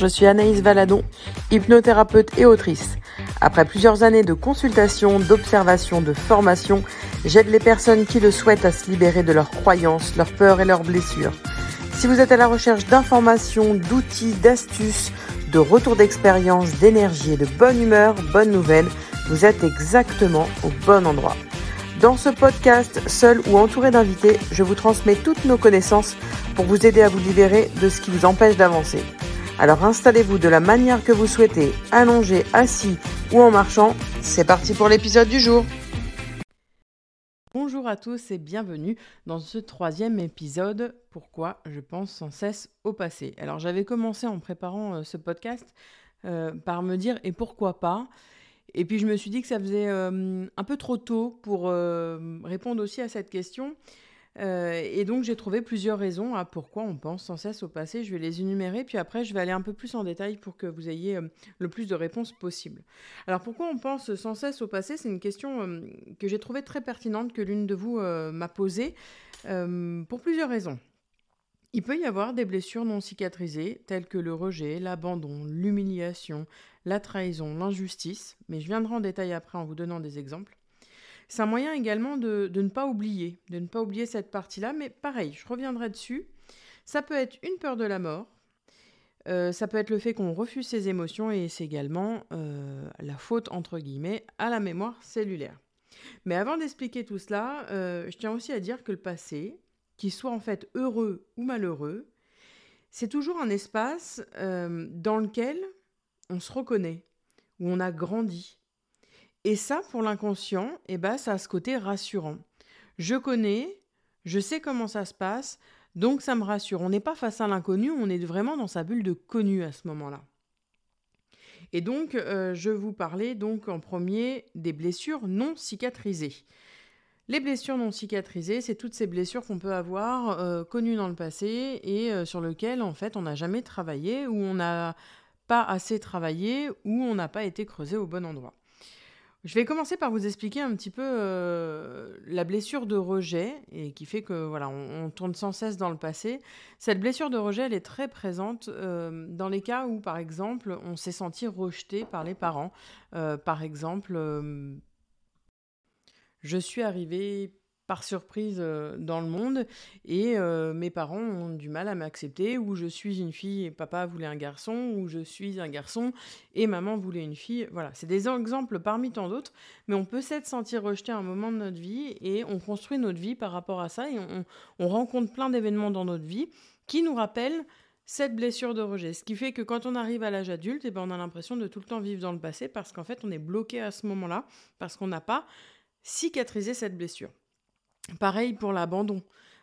je suis Anaïs Valadon, hypnothérapeute et autrice. Après plusieurs années de consultation, d'observation, de formation, j'aide les personnes qui le souhaitent à se libérer de leurs croyances, leurs peurs et leurs blessures. Si vous êtes à la recherche d'informations, d'outils, d'astuces, de retours d'expérience, d'énergie et de bonne humeur, bonne nouvelle, vous êtes exactement au bon endroit. Dans ce podcast, seul ou entouré d'invités, je vous transmets toutes nos connaissances pour vous aider à vous libérer de ce qui vous empêche d'avancer. Alors installez-vous de la manière que vous souhaitez, allongé, assis ou en marchant. C'est parti pour l'épisode du jour. Bonjour à tous et bienvenue dans ce 3e épisode « Pourquoi je pense sans cesse au passé ». Alors j'avais commencé en préparant ce podcast par me dire « et pourquoi pas ?» Et puis je me suis dit que ça faisait un peu trop tôt pour répondre aussi à cette question. Et donc j'ai trouvé plusieurs raisons à pourquoi on pense sans cesse au passé. Je vais les énumérer, puis après je vais aller un peu plus en détail pour que vous ayez le plus de réponses possible. Alors pourquoi on pense sans cesse au passé ? C'est une question que j'ai trouvée très pertinente, que l'une de vous m'a posée, pour plusieurs raisons. Il peut y avoir des blessures non cicatrisées, telles que le rejet, l'abandon, l'humiliation, la trahison, l'injustice, mais je viendrai en détail après en vous donnant des exemples. C'est un moyen également de ne pas oublier, cette partie-là, mais pareil, je reviendrai dessus. Ça peut être une peur de la mort, ça peut être le fait qu'on refuse ses émotions et c'est également la faute, entre guillemets, à la mémoire cellulaire. Mais avant d'expliquer tout cela, je tiens aussi à dire que le passé, qu'il soit en fait heureux ou malheureux, c'est toujours un espace dans lequel on se reconnaît, où on a grandi. Et ça, pour l'inconscient, ça a ce côté rassurant. Je connais, je sais comment ça se passe, donc ça me rassure. On n'est pas face à l'inconnu, on est vraiment dans sa bulle de connu à ce moment-là. Et donc, je vous parlais donc en premier des blessures non cicatrisées. Les blessures non cicatrisées, c'est toutes ces blessures qu'on peut avoir connues dans le passé et sur lesquelles, en fait, on n'a jamais travaillé, ou on n'a pas assez travaillé, ou on n'a pas été creusé au bon endroit. Je vais commencer par vous expliquer un petit peu la blessure de rejet, et qui fait que voilà, on tourne sans cesse dans le passé. Cette blessure de rejet, elle est très présente dans les cas où, par exemple, on s'est senti rejeté par les parents. Par exemple, je suis arrivée par surprise dans le monde et mes parents ont du mal à m'accepter, ou je suis une fille et papa voulait un garçon, ou je suis un garçon et maman voulait une fille. Voilà, c'est des exemples parmi tant d'autres, mais on peut s'être senti rejeté à un moment de notre vie et on construit notre vie par rapport à ça et on rencontre plein d'événements dans notre vie qui nous rappellent cette blessure de rejet. Ce qui fait que quand on arrive à l'âge adulte, on a l'impression de tout le temps vivre dans le passé parce qu'en fait on est bloqué à ce moment-là, parce qu'on n'a pas cicatrisé cette blessure. Pareil pour l'abandon.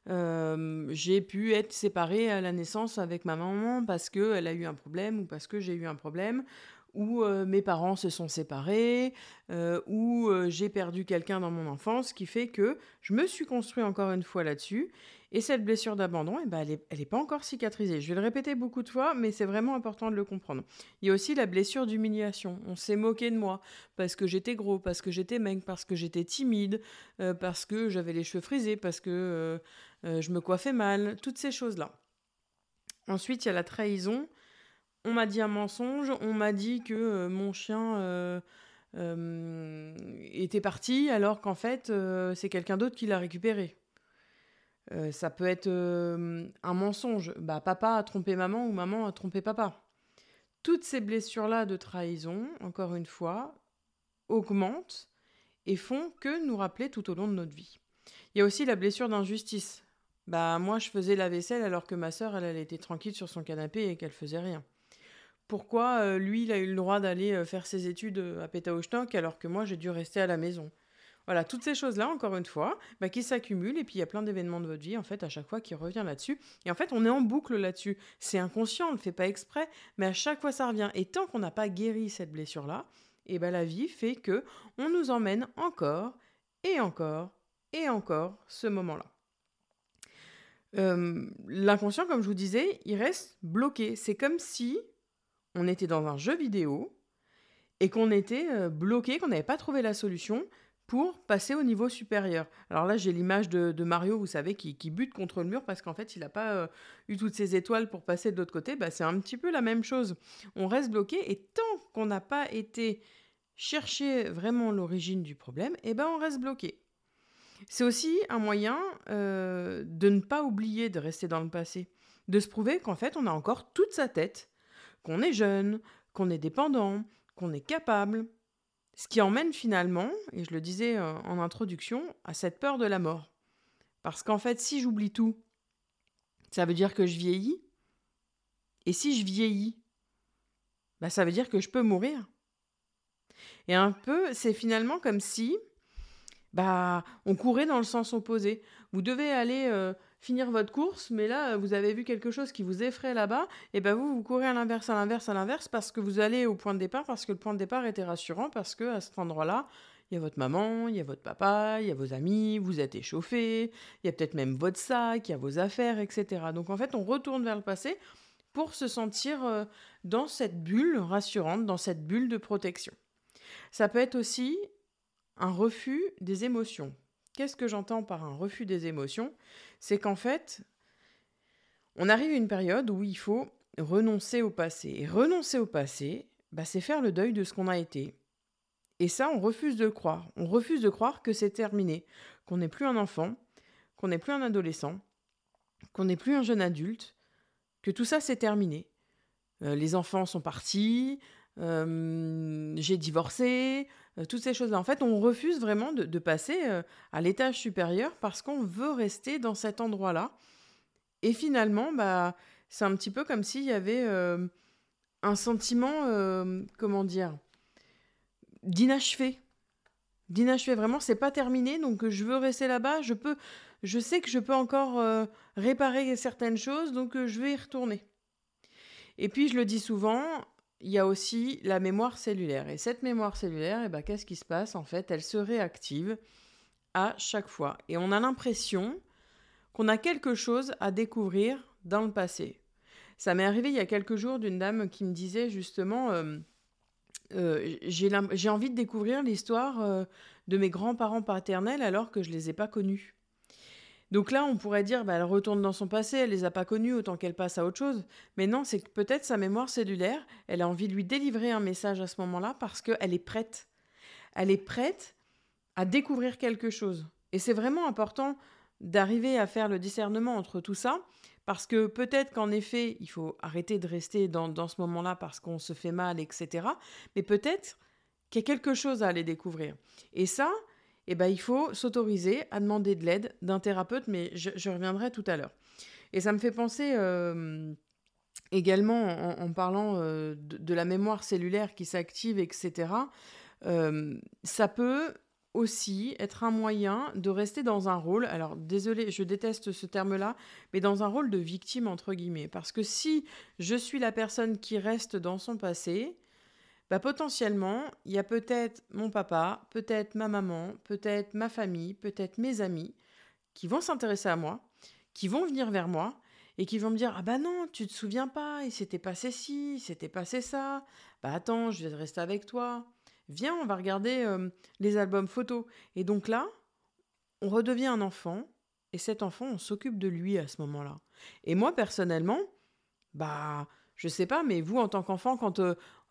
J'ai pu être séparée à la naissance avec ma maman parce qu'elle a eu un problème ou parce que j'ai eu un problème, ou mes parents se sont séparés, ou j'ai perdu quelqu'un dans mon enfance, ce qui fait que je me suis construit encore une fois là-dessus. Et cette blessure d'abandon, elle est pas encore cicatrisée. Je vais le répéter beaucoup de fois, mais c'est vraiment important de le comprendre. Il y a aussi la blessure d'humiliation. On s'est moqué de moi parce que j'étais gros, parce que j'étais maigre, parce que j'étais timide, parce que j'avais les cheveux frisés, parce que je me coiffais mal, toutes ces choses-là. Ensuite, il y a la trahison. On m'a dit un mensonge, on m'a dit que mon chien était parti alors qu'en fait, c'est quelqu'un d'autre qui l'a récupéré. Ça peut être un mensonge. Papa a trompé maman ou maman a trompé papa. Toutes ces blessures-là de trahison, encore une fois, augmentent et font que nous rappeler tout au long de notre vie. Il y a aussi la blessure d'injustice. Moi, je faisais la vaisselle alors que ma sœur, elle était tranquille sur son canapé et qu'elle faisait rien. Pourquoi lui, il a eu le droit d'aller faire ses études à Pétaouchnock alors que moi, j'ai dû rester à la maison ? Voilà, toutes ces choses-là, encore une fois, qui s'accumulent, et puis il y a plein d'événements de votre vie, en fait, à chaque fois qui revient là-dessus. Et en fait, on est en boucle là-dessus. C'est inconscient, on ne le fait pas exprès, mais à chaque fois, ça revient. Et tant qu'on n'a pas guéri cette blessure-là, la vie fait que on nous emmène encore, et encore, et encore ce moment-là. L'inconscient, comme je vous disais, il reste bloqué. C'est comme si on était dans un jeu vidéo et qu'on était bloqué, qu'on n'avait pas trouvé la solution pour passer au niveau supérieur. Alors là, j'ai l'image de Mario, vous savez, qui bute contre le mur parce qu'en fait, il n'a pas eu toutes ses étoiles pour passer de l'autre côté. Bah, c'est un petit peu la même chose. On reste bloqué et tant qu'on n'a pas été chercher vraiment l'origine du problème, eh ben, on reste bloqué. C'est aussi un moyen de ne pas oublier de rester dans le passé, de se prouver qu'en fait, on a encore toute sa tête, qu'on est jeune, qu'on est dépendant, qu'on est capable. Ce qui emmène finalement, et je le disais en introduction, à cette peur de la mort. Parce qu'en fait, si j'oublie tout, ça veut dire que je vieillis. Et si je vieillis, bah, ça veut dire que je peux mourir. Et un peu, c'est finalement comme si on courait dans le sens opposé. Vous devez aller finir votre course, mais là, vous avez vu quelque chose qui vous effraie là-bas, et vous courez à l'inverse, parce que vous allez au point de départ, parce que le point de départ était rassurant, parce qu'à cet endroit-là, il y a votre maman, il y a votre papa, il y a vos amis, vous êtes échauffé, il y a peut-être même votre sac, il y a vos affaires, etc. Donc en fait, on retourne vers le passé pour se sentir dans cette bulle rassurante, dans cette bulle de protection. Ça peut être aussi un refus des émotions. Qu'est-ce que j'entends par un refus des émotions ? C'est qu'en fait, on arrive à une période où il faut renoncer au passé. Et renoncer au passé, c'est faire le deuil de ce qu'on a été. Et ça, on refuse de le croire. On refuse de croire que c'est terminé, qu'on n'est plus un enfant, qu'on n'est plus un adolescent, qu'on n'est plus un jeune adulte, que tout ça, c'est terminé. Les enfants sont partis, j'ai divorcé, toutes ces choses-là. En fait, on refuse vraiment de passer à l'étage supérieur parce qu'on veut rester dans cet endroit-là. Et finalement, c'est un petit peu comme s'il y avait un sentiment, d'inachevé. D'inachevé, vraiment, c'est pas terminé, donc je veux rester là-bas. Je sais que je peux encore réparer certaines choses, donc je vais y retourner. Et puis, je le dis souvent, il y a aussi la mémoire cellulaire. Et cette mémoire cellulaire, qu'est-ce qui se passe ? En fait, elle se réactive à chaque fois. Et on a l'impression qu'on a quelque chose à découvrir dans le passé. Ça m'est arrivé il y a quelques jours d'une dame qui me disait justement j'ai envie de découvrir l'histoire de mes grands-parents paternels alors que je ne les ai pas connus. Donc là, on pourrait dire, elle retourne dans son passé, elle les a pas connus, autant qu'elle passe à autre chose. Mais non, c'est que peut-être sa mémoire cellulaire, elle a envie de lui délivrer un message à ce moment-là parce qu'elle est prête. Elle est prête à découvrir quelque chose. Et c'est vraiment important d'arriver à faire le discernement entre tout ça, parce que peut-être qu'en effet, il faut arrêter de rester dans ce moment-là parce qu'on se fait mal, etc. Mais peut-être qu'il y a quelque chose à aller découvrir. Et ça, il faut s'autoriser à demander de l'aide d'un thérapeute, mais je reviendrai tout à l'heure. Et ça me fait penser également, en parlant de la mémoire cellulaire qui s'active, etc., ça peut aussi être un moyen de rester dans un rôle, alors désolé, je déteste ce terme-là, mais dans un rôle de victime, entre guillemets. Parce que si je suis la personne qui reste dans son passé, potentiellement, il y a peut-être mon papa, peut-être ma maman, peut-être ma famille, peut-être mes amis qui vont s'intéresser à moi, qui vont venir vers moi et qui vont me dire « Ah bah non, tu te souviens pas, il s'était passé ci, il s'était passé ça. Bah attends, je vais rester avec toi. Viens, on va regarder les albums photos. » Et donc là, on redevient un enfant et cet enfant, on s'occupe de lui à ce moment-là. Et moi, personnellement, je sais pas, mais vous, en tant qu'enfant, quand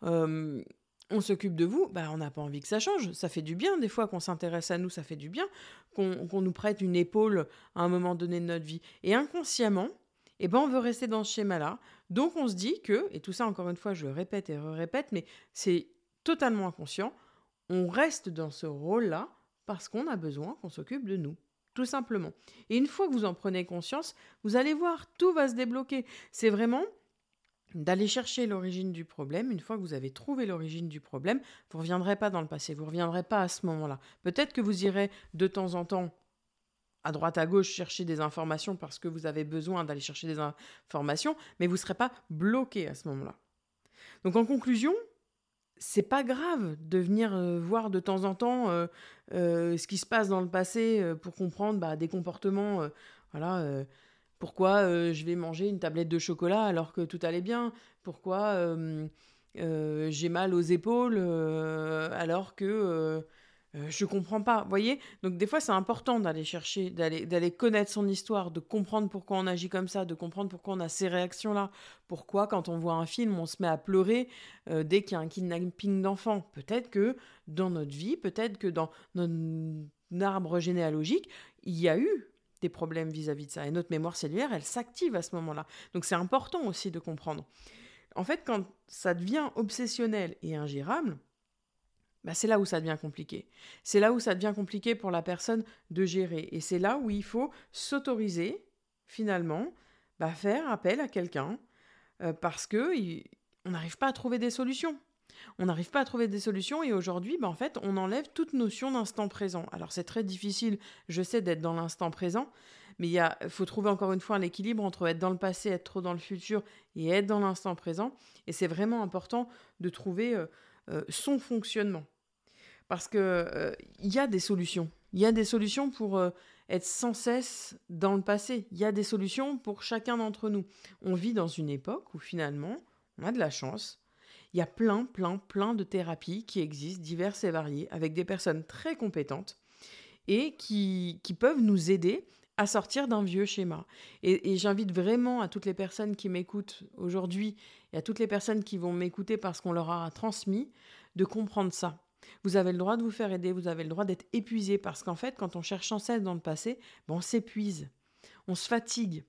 on s'occupe de vous, on n'a pas envie que ça change. Ça fait du bien, des fois, qu'on s'intéresse à nous, ça fait du bien, qu'on nous prête une épaule à un moment donné de notre vie. Et inconsciemment, on veut rester dans ce schéma-là. Donc, on se dit que, et tout ça, encore une fois, je le répète et répète, mais c'est totalement inconscient, on reste dans ce rôle-là parce qu'on a besoin qu'on s'occupe de nous. Tout simplement. Et une fois que vous en prenez conscience, vous allez voir, tout va se débloquer. C'est vraiment d'aller chercher l'origine du problème. Une fois que vous avez trouvé l'origine du problème, vous ne reviendrez pas dans le passé, vous ne reviendrez pas à ce moment-là. Peut-être que vous irez de temps en temps à droite à gauche chercher des informations parce que vous avez besoin d'aller chercher des informations, mais vous ne serez pas bloqué à ce moment-là. Donc en conclusion, c'est pas grave de venir voir de temps en temps ce qui se passe dans le passé pour comprendre des comportements, pourquoi je vais manger une tablette de chocolat alors que tout allait bien, pourquoi j'ai mal aux épaules alors que Je comprends pas, vous voyez? Donc des fois, c'est important d'aller chercher, d'aller connaître son histoire, de comprendre pourquoi on agit comme ça, de comprendre pourquoi on a ces réactions-là. Pourquoi, quand on voit un film, on se met à pleurer dès qu'il y a un kidnapping d'enfants. Peut-être que dans notre vie, peut-être que dans notre arbre généalogique, il y a eu des problèmes vis-à-vis de ça. Et notre mémoire cellulaire, elle s'active à ce moment-là. Donc c'est important aussi de comprendre. En fait, quand ça devient obsessionnel et ingérable, bah, c'est là où ça devient compliqué. C'est là où ça devient compliqué pour la personne de gérer. Et c'est là où il faut s'autoriser, finalement, bah, faire appel à quelqu'un parce on n'arrive pas à trouver des solutions. On n'arrive pas à trouver des solutions et aujourd'hui, bah, en fait, on enlève toute notion d'instant présent. Alors c'est très difficile, je sais, d'être dans l'instant présent, mais il faut trouver encore une fois un équilibre entre être dans le passé, être trop dans le futur et être dans l'instant présent. Et c'est vraiment important de trouver son fonctionnement. Parce que il y a des solutions. Il y a des solutions pour être sans cesse dans le passé. Il y a des solutions pour chacun d'entre nous. On vit dans une époque où finalement, on a de la chance. Il y a plein de thérapies qui existent, diverses et variées, avec des personnes très compétentes et qui peuvent nous aider à sortir d'un vieux schéma. Et j'invite vraiment à toutes les personnes qui m'écoutent aujourd'hui et à toutes les personnes qui vont m'écouter parce qu'on leur a transmis, de comprendre ça. Vous avez le droit de vous faire aider, vous avez le droit d'être épuisé parce qu'en fait, quand on cherche sans cesse dans le passé, on s'épuise, on se fatigue.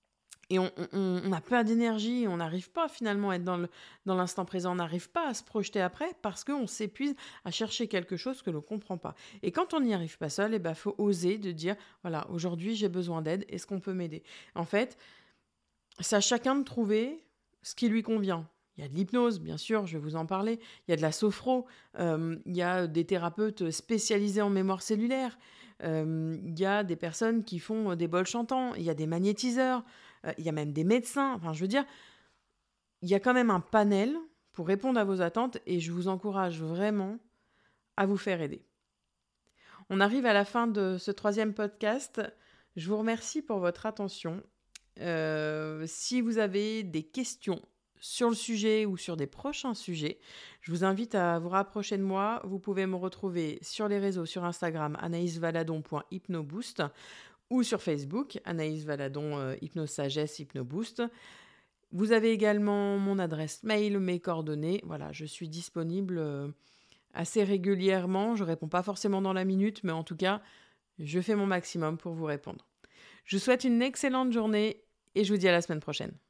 Et on a peur d'énergie, on n'arrive pas finalement à être dans l'instant présent, on n'arrive pas à se projeter après parce qu'on s'épuise à chercher quelque chose que l'on ne comprend pas. Et quand on n'y arrive pas seul, il faut oser de dire, voilà, aujourd'hui j'ai besoin d'aide, est-ce qu'on peut m'aider? En fait, c'est à chacun de trouver ce qui lui convient. Il y a de l'hypnose, bien sûr, je vais vous en parler. Il y a de la sophro, il y a des thérapeutes spécialisés en mémoire cellulaire, il y a des personnes qui font des bols chantants, il y a des magnétiseurs, il y a même des médecins. Enfin, je veux dire, il y a quand même un panel pour répondre à vos attentes et je vous encourage vraiment à vous faire aider. On arrive à la fin de ce 3e podcast. Je vous remercie pour votre attention. Si vous avez des questions sur le sujet ou sur des prochains sujets, je vous invite à vous rapprocher de moi. Vous pouvez me retrouver sur les réseaux, sur Instagram, anaïsvaladon.hypnoboost ou sur Facebook, Anaïs Valadon, Hypnosagesse, Hypnoboost. Vous avez également mon adresse mail, mes coordonnées. Voilà, je suis disponible assez régulièrement. Je ne réponds pas forcément dans la minute, mais en tout cas, je fais mon maximum pour vous répondre. Je vous souhaite une excellente journée et je vous dis à la semaine prochaine.